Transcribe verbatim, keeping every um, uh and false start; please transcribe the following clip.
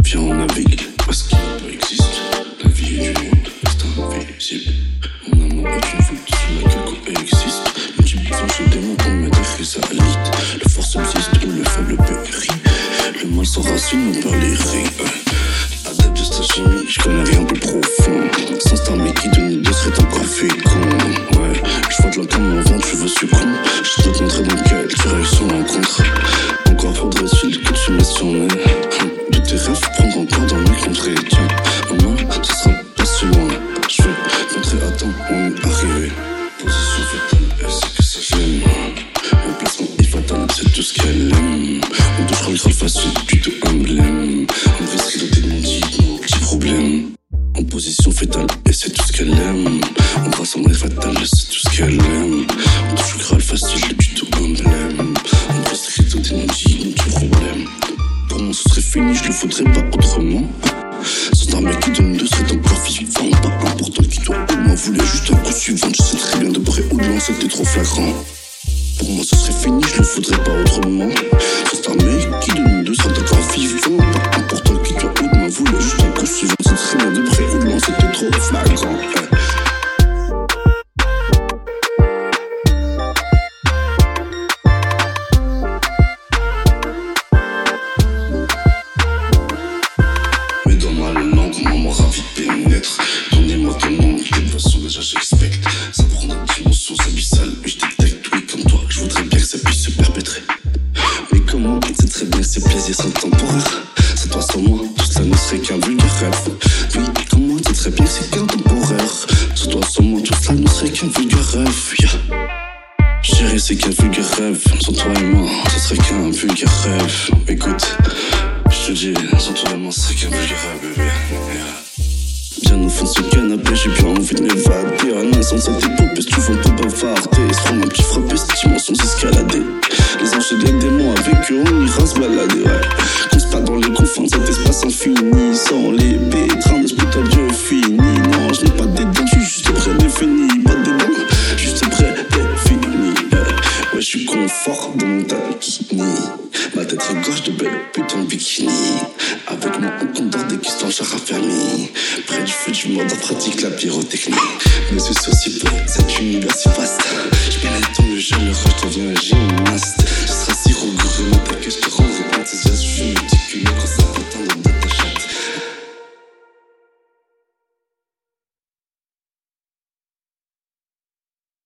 Viens, on navigue, parce qu'il existe. La vie est du monde, c'est invisible. Mon amour est une voûte sur laquelle coexiste. Multiples anges et démons, on met des chrysallites. Le fort subsiste ou le faible périt. Le mal s'enracine, on perd les rires. Adepte de cette chimie, je connais rien de profond. Sans star, mais qui de nous deux serait encore fécond. Ouais, je vois de la comme au ventre, tu veux succomber. Je dois te montrer dans quelle direction l'encontre. Encore faudrait-il que tu me laisses sur nez. De tes rêves, prendre encore dans mes contrées. Tiens, maman, ce sera pas si loin. Je vais montrer, attends, on est arrivé. Position fatale, elle sait que ça gêne. Mon placement est fatal, c'est tout ce qu'elle aime. On touchera le grave facile, plutôt emblème. On risque de démentir nos petits problèmes. En position fétale, et c'est tout ce qu'elle aime. On rassemble fatal, c'est tout ce qu'elle aime. On touche le grave facile, plutôt emblème. On risque de démentir nos petits problèmes. Pour moi, ce serait fini, je le faudrais pas autrement. C'est un mec qui donne deux serait encore vivant. Pas important qui toi ou moi voulait juste un coup suivant. Je sais très bien de près ou de loin, c'était trop flagrant. Pour moi, ce serait fini, je le faudrais pas autrement. C'est un mec qui de nous deux serait encore vivant. Pas important qui toi ou de moi voulait juste un coup suivant. C'est très bien de près ou de loin, c'était trop flagrant. Mais dans ma langue, maman ravie de pénètre. Donnez-moi ton nom, de toute façon déjà j'expecte. Ça prend notre dimension, c'est abyssal, mais je détecte. Oui, comme toi, je voudrais bien que ça puisse se perpétrer. Mais comment, c'est très bien que ces plaisirs sont temporaires. Sans toi, sans moi, tout cela ne serait qu'un vulgaire rêve. Oui, comment, c'est très bien que c'est qu'un temporaire. Sans toi, sans moi, tout cela ne serait qu'un vulgaire rêve. Yeah. Chérie, c'est qu'un vulgaire rêve. Sans toi et moi, ce serait qu'un vulgaire rêve. Écoute, je te dis, sans toi et moi, c'est qu'un vulgaire rêve, bébé. Yeah. Bien au fond de ce canapé, j'ai bien envie de m'évader. Un instant, cette épopée, tu veux pas bavarder. Se prendre un petit frappé, cette dimension s'escalader. Les anges et les démons, avec eux, on ira se balader, ouais. Qu'on se pas dans les confins de cet espace infini. Sans les pétrins, l'esprit à Dieu fini. Non, je n'ai pas des dents, je suis juste près des finis. Pas des dents, juste près des finis. Ouais, ouais je suis confort dans mon taquini. Ma tête regorge de belles putes en bikini. Avec moi, on compte dans des cuisses en char affermi. Près du feu du monde, on pratique la pyrotechnie. Mais ce aussi peu, cet univers si vaste. Je pénètre dans le jeu, le rush devient un gymnaste. Je serai si rigoureux, mais ta queue, je te rendrai pas tes yeux, je suis